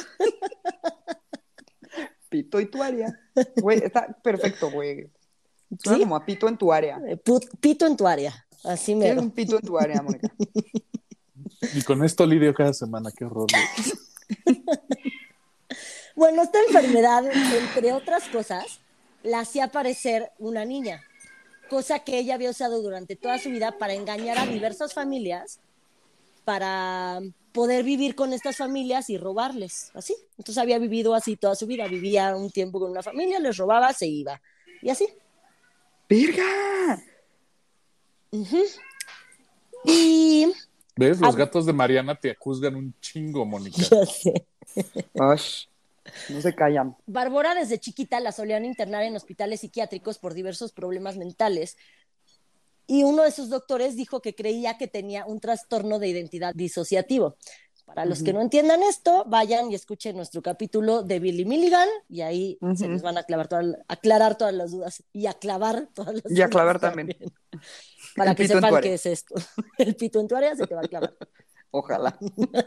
Pito y tu área. Güey, está perfecto, güey. Suena ¿Sí? como a pito en tu área. Eh, pu- Pito en tu área. Así Tienes mero. un pito en tu área, Mónica. Y con esto lidio cada semana, qué horror, güey. Bueno, esta enfermedad, entre otras cosas, la hacía parecer una niña, cosa que ella había usado durante toda su vida para engañar a diversas familias, para poder vivir con estas familias y robarles, así. Entonces había vivido así toda su vida, vivía un tiempo con una familia, les robaba, se iba, y así. ¡Verga! Uh-huh. Y... ¿Ves? Los ah, gatos de Mariana te juzgan un chingo, Mónica. ya sé. Ash, no se callan. Bárbara desde chiquita la solían internar en hospitales psiquiátricos por diversos problemas mentales, y uno de sus doctores dijo que creía que tenía un trastorno de identidad disociativo. Para los uh-huh. que no entiendan esto, vayan y escuchen nuestro capítulo de Billy Milligan y ahí uh-huh. se les van a aclarar, toda, aclarar todas las dudas y a clavar todas las y dudas. Y a clavar también. también. Para que sepan qué es esto. El pito en tu área se te va a clavar. Ojalá.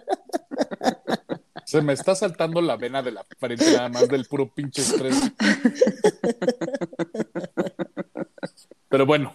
Se me está saltando la vena de la frente nada más del puro pinche estrés. Pero bueno.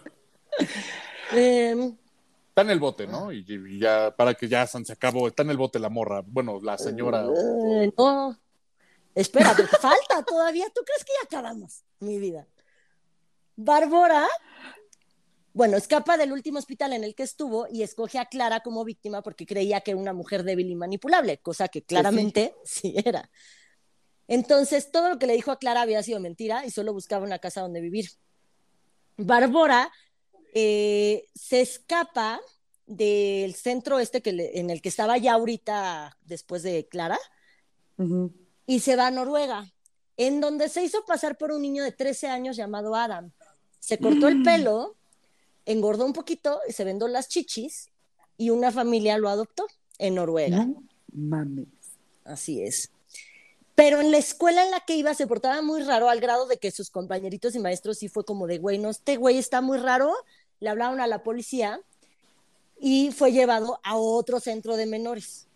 Eh, está en el bote, ¿no? Y, y ya, para que ya se acabó, está en el bote la morra. Bueno, la señora. Eh, no. Espera, porque falta todavía. ¿Tú crees que ya acabamos, mi vida? Bárbara, bueno, escapa del último hospital en el que estuvo y escoge a Clara como víctima porque creía que era una mujer débil y manipulable, cosa que claramente sí, sí era. Entonces, todo lo que le dijo a Clara había sido mentira y solo buscaba una casa donde vivir. Bárbara eh, se escapa del centro este que le, en el que estaba ya ahorita después de Clara uh-huh. y se va a Noruega, en donde se hizo pasar por un niño de trece años llamado Adam. Se cortó el pelo, engordó un poquito y se vendó las chichis y una familia lo adoptó en Noruega. No mames. Así es. Pero en la escuela en la que iba se portaba muy raro al grado de que sus compañeritos y maestros sí fue como de, güey, no, este güey está muy raro. Le hablaron a la policía y fue llevado a otro centro de menores.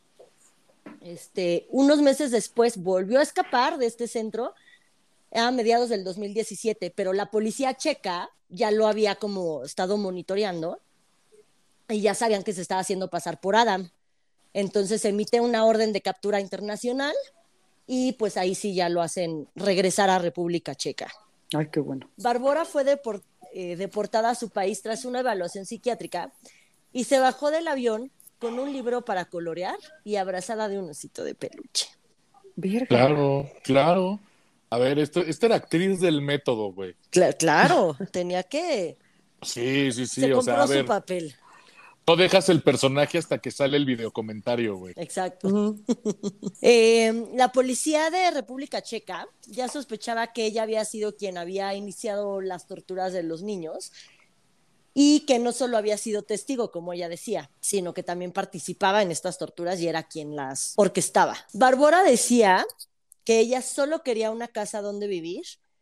Este, unos meses después volvió a escapar de este centro a mediados del dos mil diecisiete, pero la policía checa ya lo había como estado monitoreando y ya sabían que se estaba haciendo pasar por Adam. Entonces se emite una orden de captura internacional y pues ahí sí ya lo hacen regresar a República Checa. Ay, qué bueno. Bárbara fue deport, eh, deportada a su país tras una evaluación psiquiátrica y se bajó del avión con un libro para colorear y abrazada de un osito de peluche. Verga. Claro, claro. A ver, esto, esta era actriz del método, güey. Claro, claro, tenía que... Sí, sí, sí. Se o compró sea, a su ver, papel. no dejas el personaje hasta que sale el videocomentario, güey. Exacto. Uh-huh. eh, la policía de República Checa ya sospechaba que ella había sido quien había iniciado las torturas de los niños y que no solo había sido testigo, como ella decía, sino que también participaba en estas torturas y era quien las orquestaba. Bárbara decía que ella solo quería una casa donde vivir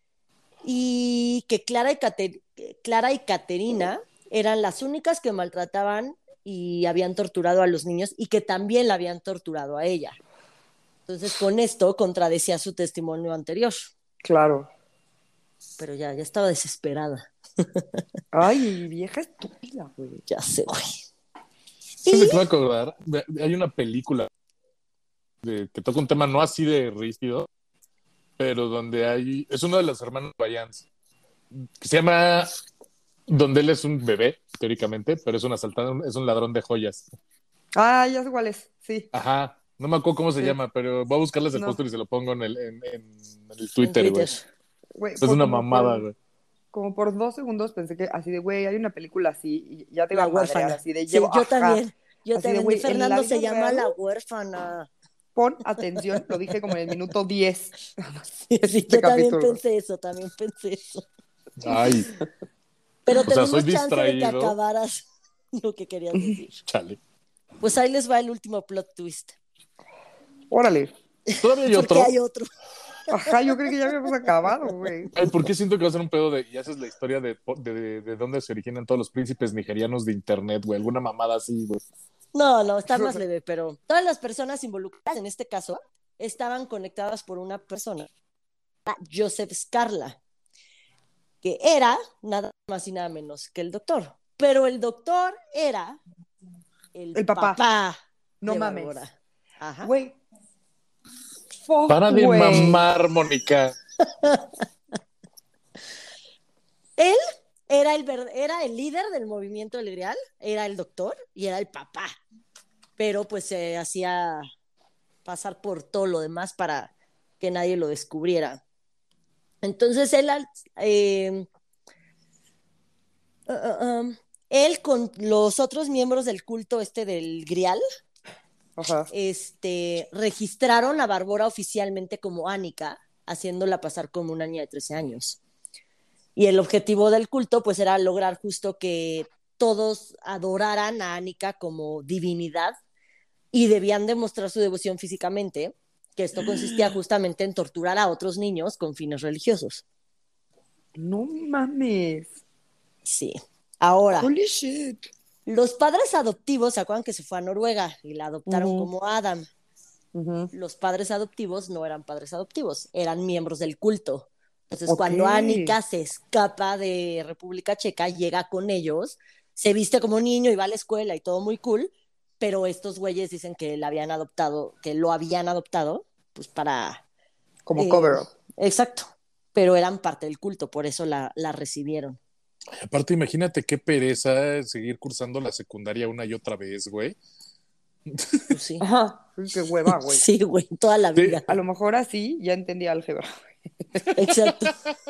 y que Clara y, Cater- Clara y Caterina eran las únicas que maltrataban y habían torturado a los niños y que también la habían torturado a ella. Entonces, con esto contradecía su testimonio anterior. Claro. Pero ya, ya estaba desesperada. Ay, vieja estúpida, güey. Ya sé, güey. ¿Sí me acabo de acordar? Hay una película de, que toca un tema no así de rígido, pero donde hay... Es uno de los hermanos Wayans, que se llama... Donde él es un bebé, teóricamente, pero es un asaltante, es un ladrón de joyas. Ah, ya sé cuál es, sí. Ajá, no me acuerdo cómo se sí. llama, pero voy a buscarles el no. póster y se lo pongo en el, en, en el Twitter, güey. Es por, una mamada, güey. Como por dos segundos pensé que así de, güey, hay una película así, y ya te iba La a huérfana. Así de, sí, llevo, yo ajá, también. Yo así también. De, güey, Fernando se llama real, La Huérfana. Pon atención, lo dije como en el minuto diez. Sí, sí, yo también pensé eso, también pensé eso. Ay. Pero o tenemos sea, soy chance distraído. de que acabaras lo que querías decir. Chale. Pues ahí les va el último plot twist. Órale. Todavía hay otro. Porque hay otro. Ajá, yo creo que ya habíamos acabado, güey. Ay, ¿por qué siento que va a ser un pedo de... Y haces la historia de, de, de, de dónde se originan todos los príncipes nigerianos de internet, güey? Alguna mamada así, güey. No, no, está más leve, pero todas las personas involucradas en este caso estaban conectadas por una persona, Joseph Scarla, que era nada más y nada menos que el doctor. Pero el doctor era el, El papá. papá No de mames. Bárbara. Ajá. Güey. Fuck, Para de güey. mamar, Mónica. Él era el, ver- era el líder del movimiento del Grial, era el doctor y era el papá. Pero pues se hacía pasar por todo lo demás para que nadie lo descubriera. Entonces él, al- eh, uh, uh, um, él con los otros miembros del culto este del Grial, Ajá. este, registraron a Bárbara oficialmente como Ánica, haciéndola pasar como una niña de trece años. Y el objetivo del culto pues era lograr justo que todos adoraran a Ánica como divinidad y debían demostrar su devoción físicamente, que esto consistía justamente en torturar a otros niños con fines religiosos. No mames. Sí. Ahora, Holy shit. los padres adoptivos, ¿se acuerdan que se fue a Noruega y la adoptaron Ujú. como Adam? Ujú. Los padres adoptivos no eran padres adoptivos, eran miembros del culto. Entonces, Ok. cuando Ánica se escapa de República Checa, llega con ellos, se viste como niño y va a la escuela y todo muy cool, pero estos güeyes dicen que la habían adoptado, que lo habían adoptado, pues para... Como eh, cover up. Exacto, pero eran parte del culto, por eso la, la recibieron. Aparte, imagínate qué pereza seguir cursando la secundaria una y otra vez, güey. Pues sí. Ajá. Uy, qué hueva, güey. Sí, güey, toda la Sí. vida. A lo mejor así ya entendí álgebra. Exacto.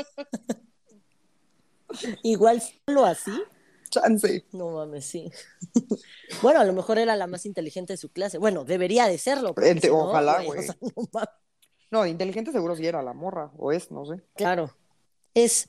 Igual solo así, Chance. no mames, sí. Bueno, a lo mejor era la más inteligente de su clase. Bueno, debería de serlo. porque Ente- si no, ojalá, güey, güey. o sea, no mames. No, inteligente seguro sí era la morra. O es, no sé. Claro. Es,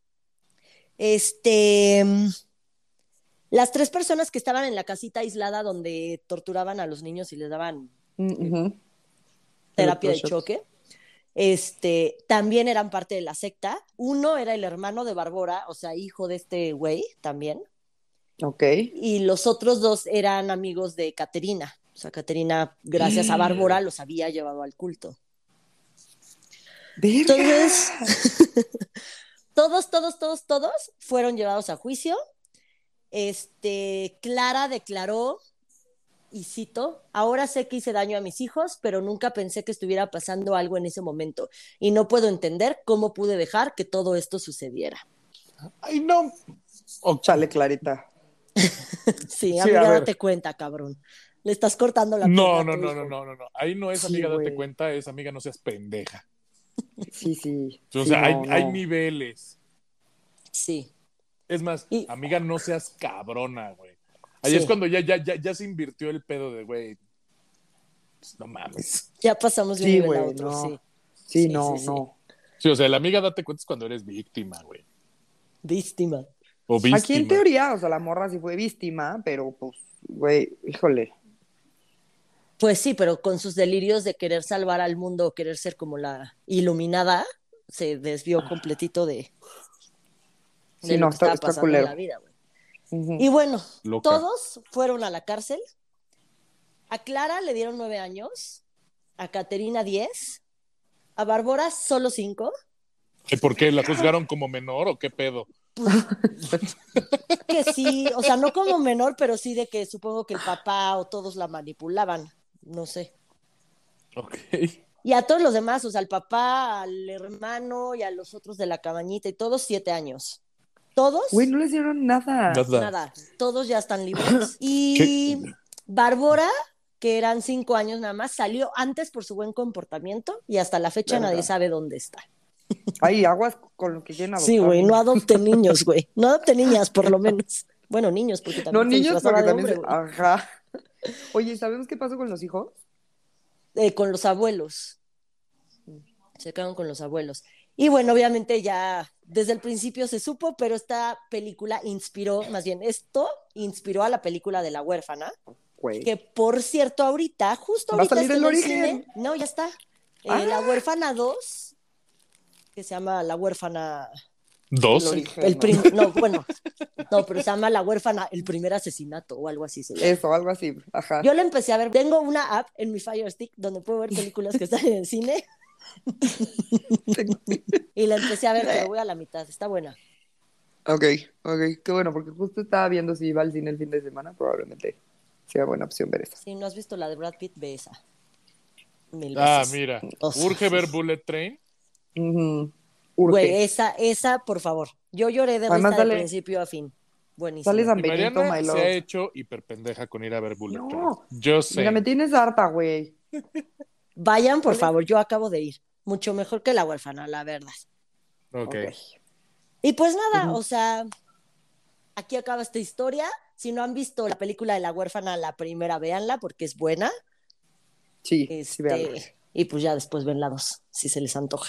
este, mm, las tres personas que estaban en la casita aislada donde torturaban a los niños y les daban Ujú. terapia de Electroshock. choque, este, también eran parte de la secta. Uno era el hermano de Bárbara, o sea, hijo de este güey también. Ok. Y los otros dos eran amigos de Caterina. O sea, Caterina, gracias a Bárbara, los había llevado al culto. ¡Verga! Entonces, todos, todos, todos, todos fueron llevados a juicio. Este, Clara declaró, y cito, ahora sé que hice daño a mis hijos, pero nunca pensé que estuviera pasando algo en ese momento. Y no puedo entender cómo pude dejar que todo esto sucediera. Ay, no. Ok. Chale, Clarita. Sí, Sí, amiga, a ver. date cuenta, cabrón. Le estás cortando la No, pierna a no, tu no, hijo. no, no, no, no. Ahí no es Sí, amiga, date güey. cuenta, es amiga, no seas pendeja. Sí, sí. O Sí, sea, no, hay, no. hay niveles. Sí. Es más, Y- amiga, no seas cabrona, güey. Ahí Sí. es cuando ya, ya, ya, ya se invirtió el pedo de, güey, pues, no mames. Ya pasamos de un Sí, nivel a güey, otro, no. sí. Sí, Sí, no, sí, sí. no. Sí, o sea, la amiga date cuenta es cuando eres víctima, güey. Víctima. O víctima. Aquí en teoría, o sea, la morra sí fue víctima, pero pues, güey, híjole. Pues sí, pero con sus delirios de querer salvar al mundo, querer ser como la iluminada, se desvió completito de, de Sí, lo no, que está, estaba está pasando en culero. la vida, güey. Ujú. Y bueno, Loca. todos fueron a la cárcel. A Clara le dieron nueve años, a Caterina diez, a Bárbara solo cinco. ¿Y por qué? ¿La juzgaron como menor o qué pedo? Que sí, o sea, no como menor, pero sí de que supongo que el papá o todos la manipulaban, no sé. Ok. Y a todos los demás, o sea, al papá, al hermano y a los otros de la cabañita y todos siete años. Todos, Güey, no le hicieron nada. Nada. nada, todos ya están libres. Y Bárbara, que eran cinco años nada más, salió antes por su buen comportamiento y hasta la fecha Verga. nadie sabe dónde está. Hay aguas con los que quieren adoptar. Sí, güey, no niños. adopten niños, güey. No adopten niñas, por lo menos. Bueno, niños, porque No, también se niños, disfrazaba porque de también hombre, se... güey. Ajá. Oye, ¿sabemos qué pasó con los hijos? Eh, con los abuelos. Se quedaron con los abuelos. Y bueno, obviamente ya desde el principio se supo, pero esta película inspiró, más bien esto inspiró a la película de La Huérfana, Güey. que por cierto ahorita, justo ¿Va a ahorita salir está el en el origen? cine. No, ya está. Eh, Ah. La Huérfana dos, que se llama La Huérfana... El ¿Dos? origen. El ¿no? prim- no, bueno, no, pero se llama La Huérfana, el primer asesinato o algo así se llama. Eso, algo así. Ajá. Yo la empecé a ver. Tengo una app en mi Fire Stick donde puedo ver películas que están en el cine y la empecé a ver, pero voy a la mitad. Está buena. Ok, ok, qué bueno, porque justo estaba viendo si iba al cine el fin de semana, probablemente sea buena opción ver esa. Si no has visto la de Brad Pitt, ve esa. Mil Ah, veces. mira. O sea, Urge ver Bullet Train. Ujú. güey, Urge. esa, esa, por favor. Yo lloré de Además risa de sale, principio a fin. sale Buenísima. San Y Benito, Mariana my se ha love. hecho hiperpendeja con ir a ver Bullet Train. No, Just mira, me saying. tienes harta, güey. Vayan, por Sale. favor, yo acabo de ir. Mucho mejor que la huérfana, la verdad. Ok. Ok. Y pues Pues, nada, o sea, aquí acaba esta historia. Si no han visto la película de la huérfana, la primera, véanla porque es buena. sí, sí, véanla. Este, y pues ya después ven la dos, si se les antoja.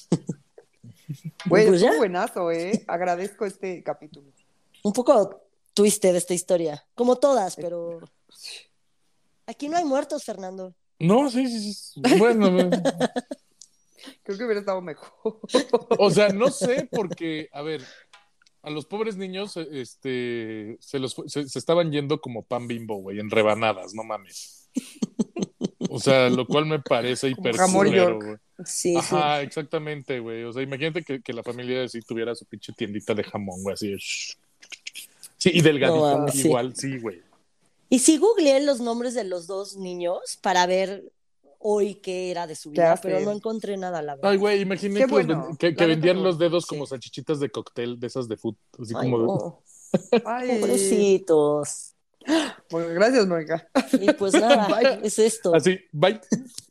Y Güey, pues ya, estuvo buenazo, ¿eh? Agradezco este capítulo. un poco twisted esta historia, como todas, pero aquí no hay muertos, Fernando. No, sí, sí, sí. Bueno, Creo que hubiera estado mejor. o sea, no sé porque, a ver, a los pobres niños, este, se los fu- se, se estaban yendo como pan Bimbo, güey, en rebanadas, no mames. O sea, lo cual me parece Como hiper jamón culero, York. güey. Sí, sí. Ajá, exactamente, güey. O sea, imagínate que, que la familia así tuviera su pinche tiendita de jamón, güey, así. shh. Sí, y No delgadito, mames, sí. igual, sí, güey. Y sí googleé los nombres de los dos niños para ver hoy qué era de su ¿Qué vida, pero no hacen? encontré nada, la Ay, verdad. güey, imaginé Qué que, los ven- bueno. que, que La neta, qué vendían bueno. los dedos Sí. como salchichitas de cóctel, de esas de food, así Ay, como de... no. Ay, Pobrecitos. bueno, gracias, Mónica. Y pues nada, Bye. es esto. Así, bye.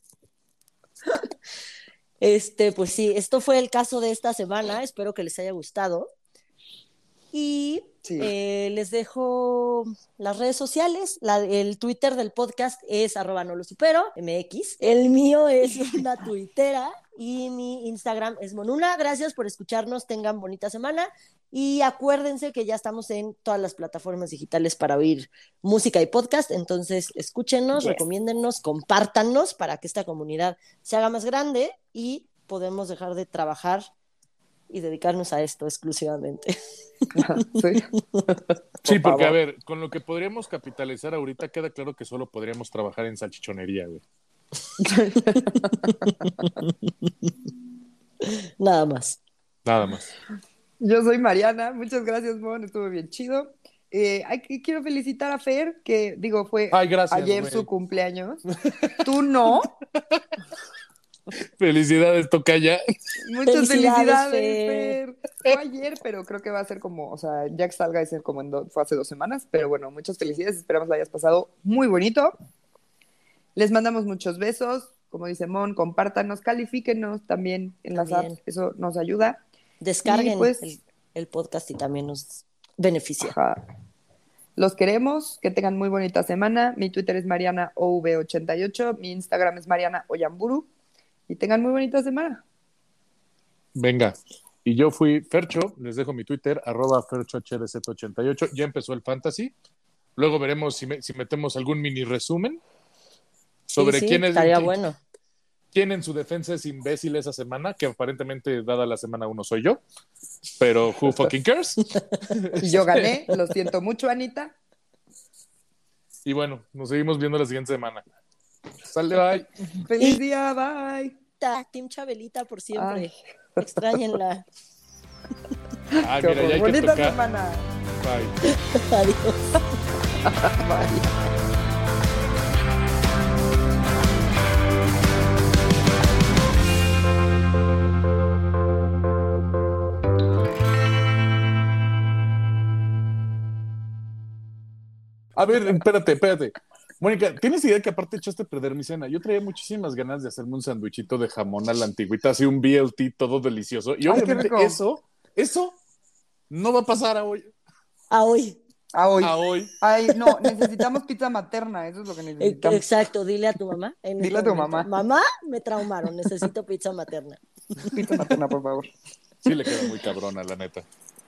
Este, pues sí, esto fue el caso de esta semana. Espero que les haya gustado. Y Sí. eh, les dejo las redes sociales. La, el Twitter del podcast es arroba no lo supero, M X. El mío es una tuitera y mi Instagram es Monuna. Gracias por escucharnos. Tengan bonita semana. Y acuérdense que ya estamos en todas las plataformas digitales para oír música y podcast. Entonces, escúchenos, Yes. recomiéndennos, compártannos para que esta comunidad se haga más grande y podemos dejar de trabajar y dedicarnos a esto exclusivamente. Sí. Sí, Por porque a favor. ver, con lo que podríamos capitalizar ahorita queda claro que solo podríamos trabajar en salchichonería, güey. Nada más. Nada más. Yo soy Mariana, muchas gracias, Mon, estuvo bien chido. Eh, hay que- quiero felicitar a Fer, que digo, fue Ay, gracias, ayer güey. su cumpleaños. Tú no. Felicidades, tocaya. Muchas Felicidades, felicidades, Fer. Fer. Fue ayer, pero creo que va a ser como, o sea, ya que salga, es como en do- fue hace dos semanas. Pero bueno, muchas felicidades, esperamos la hayas pasado muy bonito. Les mandamos muchos besos. Como dice Mon, compártanos, califíquenos también en las También. apps, eso nos ayuda. Descarguen Y pues, el, el podcast y también nos beneficia. ajá. Los queremos, que tengan muy bonita semana. Mi Twitter es Mariana O V ochenta y ocho, mi Instagram es Mariana Oyamburu. Y tengan muy bonita semana. Venga. Y yo fui Fercho, les dejo mi Twitter, arroba ferchohdz88. Ya empezó el fantasy. Luego veremos si, me- si metemos algún mini resumen sobre sí, sí, quién es estaría qui- bueno. quién en su defensa es imbécil esa semana, que aparentemente, dada la semana uno, soy yo. Pero who fucking cares? Y yo gané, lo siento mucho, Anita. Y bueno, nos seguimos viendo la siguiente semana. Sale, bye. Feliz Y- día, bye. Ta, Team Chabelita por siempre. Ay, Extrañenla. Ah, qué mira, ya horror. hay que Bonita tocar. semana. Bye. Adiós. Bye. A ver, espérate, espérate. Mónica, ¿tienes idea que aparte echaste a perder mi cena? Yo traía muchísimas ganas de hacerme un sandwichito de jamón a la antigüita, así un B L T todo delicioso. Y Ay, qué obviamente rico. eso, eso no va a pasar a hoy. A hoy. A hoy. A hoy. Ay, no, necesitamos pizza materna, eso es lo que Eh, necesitamos. Exacto, dile a tu mamá. en Dile este a tu momento. mamá. Mamá, me traumaron, necesito pizza materna. Pizza materna, por favor. Sí le queda muy cabrona, la neta.